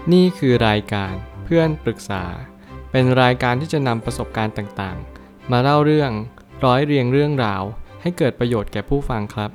นี่คือรายการเพื่อนปรึกษาเป็นรายการที่จะนำประสบการณ์ต่างๆมาเล่าเรื่องร้อยเรียงเรื่องราวให้เกิดประโยชน์แก่ผู้ฟังครับ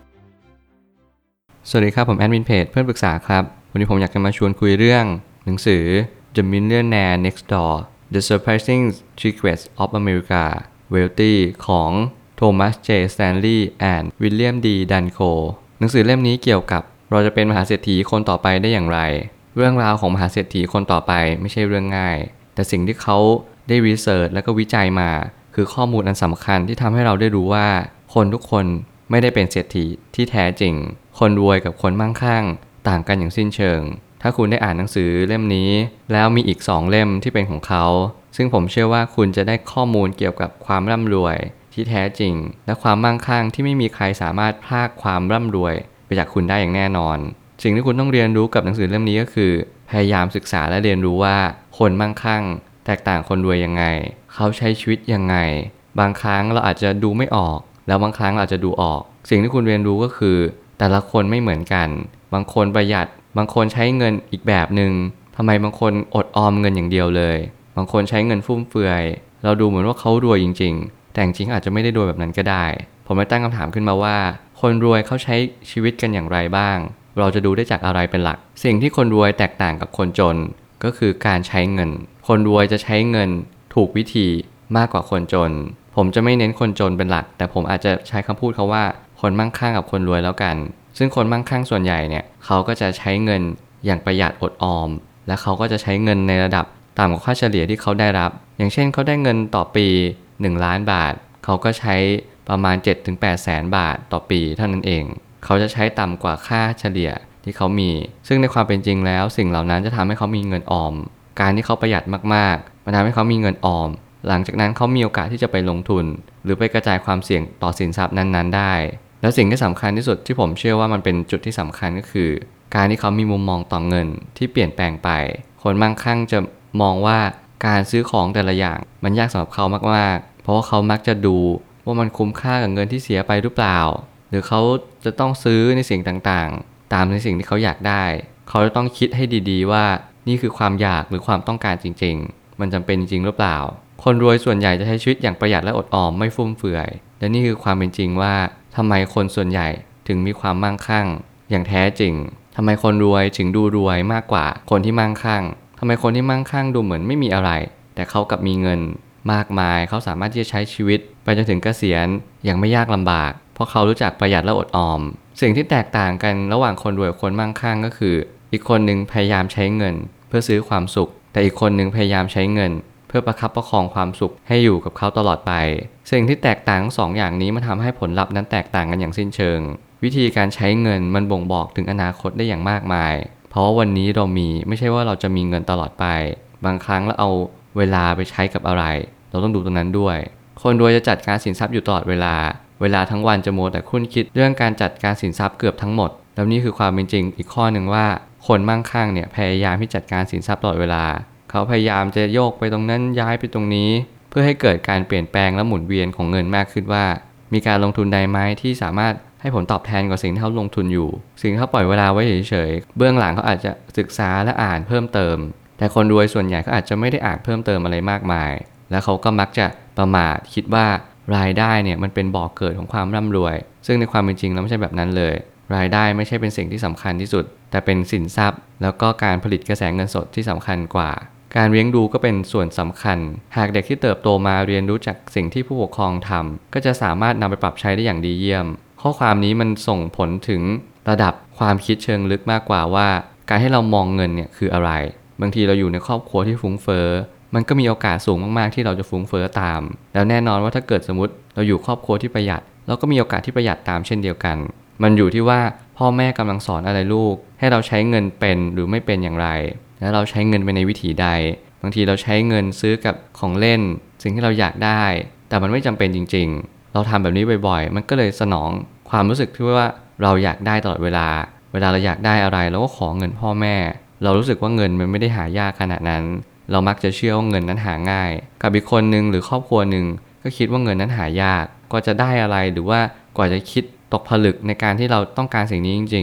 สวัสดีครับผมแอดมินเพจเพื่อนปรึกษาครับวันนี้ผมอยากจะมาชวนคุยเรื่องหนังสือ The Millionaire Next Door The Surprising Secrets of America Wealthy ของโทมัส เจ สแตนลีย์และวิลเลียม ดี ดันโคหนังสือเล่มนี้เกี่ยวกับเราจะเป็นมหาเศรษฐีคนต่อไปได้อย่างไรเรื่องราวของมหาเศรษฐีคนต่อไปไม่ใช่เรื่องง่ายแต่สิ่งที่เขาได้รีเสิร์ชและก็วิจัยมาคือข้อมูลอันสำคัญที่ทำให้เราได้รู้ว่าคนทุกคนไม่ได้เป็นเศรษฐีที่แท้จริงคนรวยกับคนมั่งคั่งต่างกันอย่างสิ้นเชิงถ้าคุณได้อ่านหนังสือเล่มนี้แล้วมีอีก2เล่มที่เป็นของเขาซึ่งผมเชื่อว่าคุณจะได้ข้อมูลเกี่ยวกับความร่ำรวยที่แท้จริงและความมั่งคั่งที่ไม่มีใครสามารถพรากความร่ำรวยไปจากคุณได้อย่างแน่นอนสิ่งที่คุณต้องเรียนรู้กับหนังสือเล่มนี้ก็คือพยายามศึกษาและเรียนรู้ว่าคนมั่งคั่งแตกต่างคนรวยยังไงเขาใช้ชีวิตยังไงบางครั้งเราอาจจะดูไม่ออกแล้วบางครั้งเราอาจจะดูออกสิ่งที่คุณเรียนรู้ก็คือแต่ละคนไม่เหมือนกันบางคนประหยัดบางคนใช้เงินอีกแบบนึงทำไมบางคนอดออมเงินอย่างเดียวเลยบางคนใช้เงินฟุ่มเฟือยเราดูเหมือนว่าเขารวยจริงๆแต่จริงอาจจะไม่ได้รวยแบบนั้นก็ได้ผมเลยตั้งคำถามขึ้นมาว่าคนรวยเขาใช้ชีวิตกันอย่างไรบ้างเราจะดูได้จากอะไรเป็นหลักสิ่งที่คนรวยแตกต่างกับคนจนก็คือการใช้เงินคนรวยจะใช้เงินถูกวิธีมากกว่าคนจนผมจะไม่เน้นคนจนเป็นหลักแต่ผมอาจจะใช้คำพูดเขาว่าคนมั่งคั่งกับคนรวยแล้วกันซึ่งคนมั่งคั่งส่วนใหญ่เนี่ยเขาก็จะใช้เงินอย่างประหยัดอดออมและเขาก็จะใช้เงินในระดับต่ำกว่าค่าเฉลี่ยที่เขาได้รับอย่างเช่นเขาได้เงินต่อปี1 ล้านบาทเขาก็ใช้ประมาณ 7-8 แสนบาทต่อปีเท่านั้นเองเขาจะใช้ต่ำกว่าค่าเฉลี่ยที่เขามีซึ่งในความเป็นจริงแล้วสิ่งเหล่านั้นจะทำให้เขามีเงินออมการที่เขาประหยัดมากๆมันทำให้เขามีเงินออมหลังจากนั้นเขามีโอกาสที่จะไปลงทุนหรือไปกระจายความเสี่ยงต่อสินทรัพย์นั้นๆได้แล้วสิ่งที่สำคัญที่สุดที่ผมเชื่อว่ามันเป็นจุดที่สำคัญก็คือการที่เขามีมุมมองต่อเงินที่เปลี่ยนแปลงไปคนมั่งคั่งจะมองว่าการซื้อของแต่ละอย่างมันยากสำหรับเขามากๆเพราะว่าเขามักจะดูว่ามันคุ้มค่ากับเงินที่เสียไปหรือเปล่าหรือเขาจะต้องซื้อในสิ่งต่างๆตามในสิ่งที่เขาอยากได้เขาจะต้องคิดให้ดีๆว่านี่คือความอยากหรือความต้องการจริงๆมันจำเป็นจริงหรือเปล่าคนรวยส่วนใหญ่จะใช้ชีวิตอย่างประหยัดและอดออมไม่ฟุ่มเฟือยและนี่คือความเป็นจริงว่าทำไมคนส่วนใหญ่ถึงมีความมั่งคั่งอย่างแท้จริงทำไมคนรวยถึงดูรวยมากกว่าคนที่มั่งคั่งทำไมคนที่มั่งคั่งดูเหมือนไม่มีอะไรแต่เขากลับมีเงินมากมายเขาสามารถที่จะใช้ชีวิตไปจนถึงเกษียณอย่างไม่ยากลำบากเพราะเขารู้จักประหยัดและอดออมสิ่งที่แตกต่างกันระหว่างคนรวยกับคนมั่งคั่งก็คืออีกคนหนึ่งพยายามใช้เงินเพื่อซื้อความสุขแต่อีกคนหนึ่งพยายามใช้เงินเพื่อประคับประคองความสุขให้อยู่กับเขาตลอดไปสิ่งที่แตกต่างทั้ง2อย่างนี้มันทำให้ผลลัพธ์นั้นแตกต่างกันอย่างสิ้นเชิงวิธีการใช้เงินมันบ่งบอกถึงอนาคตได้อย่างมากมายเพราะว่าวันนี้เรามีไม่ใช่ว่าเราจะมีเงินตลอดไปบางครั้งเราเอาเวลาไปใช้กับอะไรเราต้องดูตรงนั้นด้วยคนรวยจะจัดการสินทรัพย์อยู่ตลอดเวลาทั้งวันจะมัวแต่คุ้นคิดเรื่องการจัดการสินทรัพย์เกือบทั้งหมดแล้วนี่คือความเป็นจริงอีกข้อหนึ่งว่าคนมั่งคั่งเนี่ยพยายามที่จัดการสินทรัพย์ตลอดเวลาเขาพยายามจะโยกไปตรงนั้นย้ายไปตรงนี้เพื่อให้เกิดการเปลี่ยนแปลงและหมุนเวียนของเงินมากขึ้นว่ามีการลงทุนใดไหมที่สามารถให้ผลตอบแทนกว่าสิ่งที่เขาลงทุนอยู่สิ่งที่เขาปล่อยเวลาไว้เฉยๆเบื้องหลังเขาอาจจะศึกษาและอ่านเพิ่มเติมแต่คนรวยส่วนใหญ่เขาอาจจะไม่ได้อ่านเพิ่มเติมอะไรมากมายและเขาก็มักจะประมาทคิดว่ารายได้เนี่ยมันเป็นบ่อกเกิดของความร่ำรวยซึ่งในความเป็นจริงแล้วไม่ใช่แบบนั้นเลยรายได้ไม่ใช่เป็นสิ่งที่สำคัญที่สุดแต่เป็นสินทรัพย์แล้วก็การผลิตกระแสเงินสดที่สำคัญกว่าการเลี้ยงดูก็เป็นส่วนสำคัญหากเด็กที่เติบโตมาเรียนรู้จากสิ่งที่ผู้ปกครองทำก็จะสามารถนำไปปรับใช้ได้อย่างดีเยี่ยมข้อความนี้มันส่งผลถึงระดับความคิดเชิงลึกมากกว่าว่าการให้เรามองเงินเนี่ยคืออะไรบางทีเราอยู่ในครอบครัวที่ฟุ้งเฟ้อมันก็มีโอกาสสูงมากๆที่เราจะฟุ้งเฟ้อตามแล้วแน่นอนว่าถ้าเกิดสมมติเราอยู่ครอบครัวที่ประหยัดเราก็มีโอกาสที่ประหยัดตามเช่นเดียวกันมันอยู่ที่ว่าพ่อแม่กำลังสอนอะไรลูกให้เราใช้เงินเป็นหรือไม่เป็นอย่างไรและเราใช้เงินไปในวิถีใดบางทีเราใช้เงินซื้อกับของเล่นสิ่งที่เราอยากได้แต่มันไม่จำเป็นจริงๆเราทำแบบนี้บ่อยๆมันก็เลยสนองความรู้สึกที่ว่าเราอยากได้ตลอดเวลาเราอยากได้อะไรเราก็ขอเงินพ่อแม่เรารู้สึกว่าเงินมันไม่ได้หายากขนาดนั้นเรามักจะเชื่อว่าเงินนั้นหาง่ายกับอีกคนนึงหรือครอบครัวนึงก็คิดว่าเงินนั้นหายากกว่าจะได้อะไรหรือว่ากว่าจะคิดตกผลึกในการที่เราต้องการสิ่งนี้จริงๆ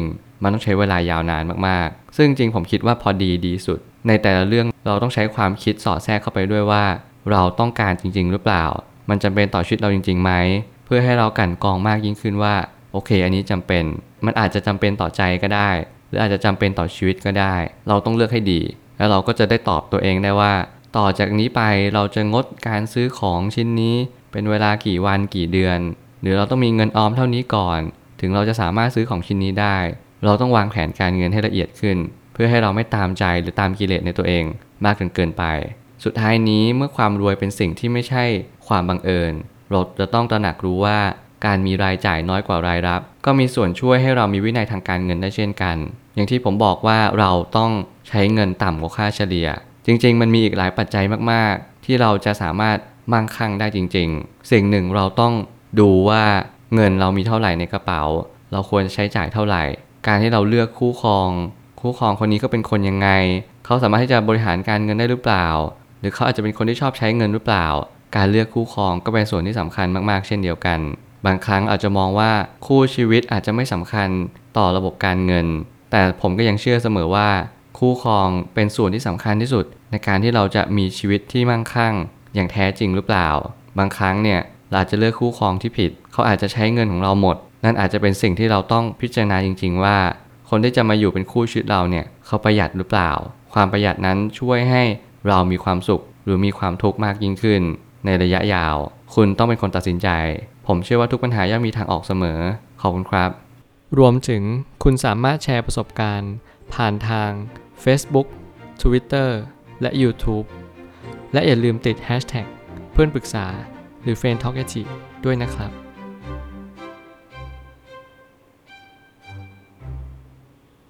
มันต้องใช้เวลายาวนานมากๆซึ่งจริงผมคิดว่าพอดีสุดในแต่ละเรื่องเราต้องใช้ความคิดสอดแทรกเข้าไปด้วยว่าเราต้องการจริงๆหรือเปล่ามันจำเป็นต่อชีวิตเราจริงๆไหมเพื่อให้เรากลั่นกรองมากยิ่งขึ้นว่าโอเคอันนี้จำเป็นมันอาจจะจำเป็นต่อใจก็ได้หรืออาจจะจำเป็นต่อชีวิตก็ได้เราต้องเลือกให้ดีแล้วเราก็จะได้ตอบตัวเองได้ว่าต่อจากนี้ไปเราจะงดการซื้อของชิ้นนี้เป็นเวลากี่วันกี่เดือนหรือเราต้องมีเงินออมเท่านี้ก่อนถึงเราจะสามารถซื้อของชิ้นนี้ได้เราต้องวางแผนการเงินให้ละเอียดขึ้นเพื่อให้เราไม่ตามใจหรือตามกิเลสในตัวเองมากจนเกินไปสุดท้ายนี้เมื่อความรวยเป็นสิ่งที่ไม่ใช่ความบังเอิญเราจะต้องตระหนักรู้ว่าการมีรายจ่ายน้อยกว่ารายรับก็มีส่วนช่วยให้เรามีวินัยทางการเงินได้เช่นกันอย่างที่ผมบอกว่าเราต้องใช้เงินต่ำกว่าค่าเฉลี่ยจริงๆมันมีอีกหลายปัจจัยมากๆที่เราจะสามารถมั่งคั่งได้จริงๆสิ่งหนึ่งเราต้องดูว่าเงินเรามีเท่าไหร่ในกระเป๋าเราควรใช้จ่ายเท่าไหร่การที่เราเลือกคู่ครองคนนี้ก็เป็นคนยังไงเขาสามารถที่จะบริหารการเงินได้หรือเปล่าหรือเขาอาจจะเป็นคนที่ชอบใช้เงินหรือเปล่าการเลือกคู่ครองก็เป็นส่วนที่สำคัญมากๆเช่นเดียวกันบางครั้งอาจจะมองว่าคู่ชีวิตอาจจะไม่สำคัญต่อระบบการเงินแต่ผมก็ยังเชื่อเสมอว่าคู่ครองเป็นส่วนที่สำคัญที่สุดในการที่เราจะมีชีวิตที่มั่งคั่งอย่างแท้จริงหรือเปล่าบางครั้งเนี่ยเราอาจจะเลือกคู่ครองที่ผิดเขาอาจจะใช้เงินของเราหมดนั่นอาจจะเป็นสิ่งที่เราต้องพิจารณาจริงๆว่าคนที่จะมาอยู่เป็นคู่ชีวิตเราเนี่ยเขาประหยัดหรือเปล่าความประหยัดนั้นช่วยให้เรามีความสุขหรือมีความทุกข์มากยิ่งขึ้นในระยะยาวคุณต้องเป็นคนตัดสินใจผมเชื่อว่าทุกปัญหาย่อมมีทางออกเสมอขอบคุณครับรวมถึงคุณสามารถแชร์ประสบการณ์ผ่านทาง Facebook Twitter และ YouTube และอย่าลืมติด Hashtag เพื่อนปรึกษาหรือ f r ร e n d Talk ด้วยนะครับ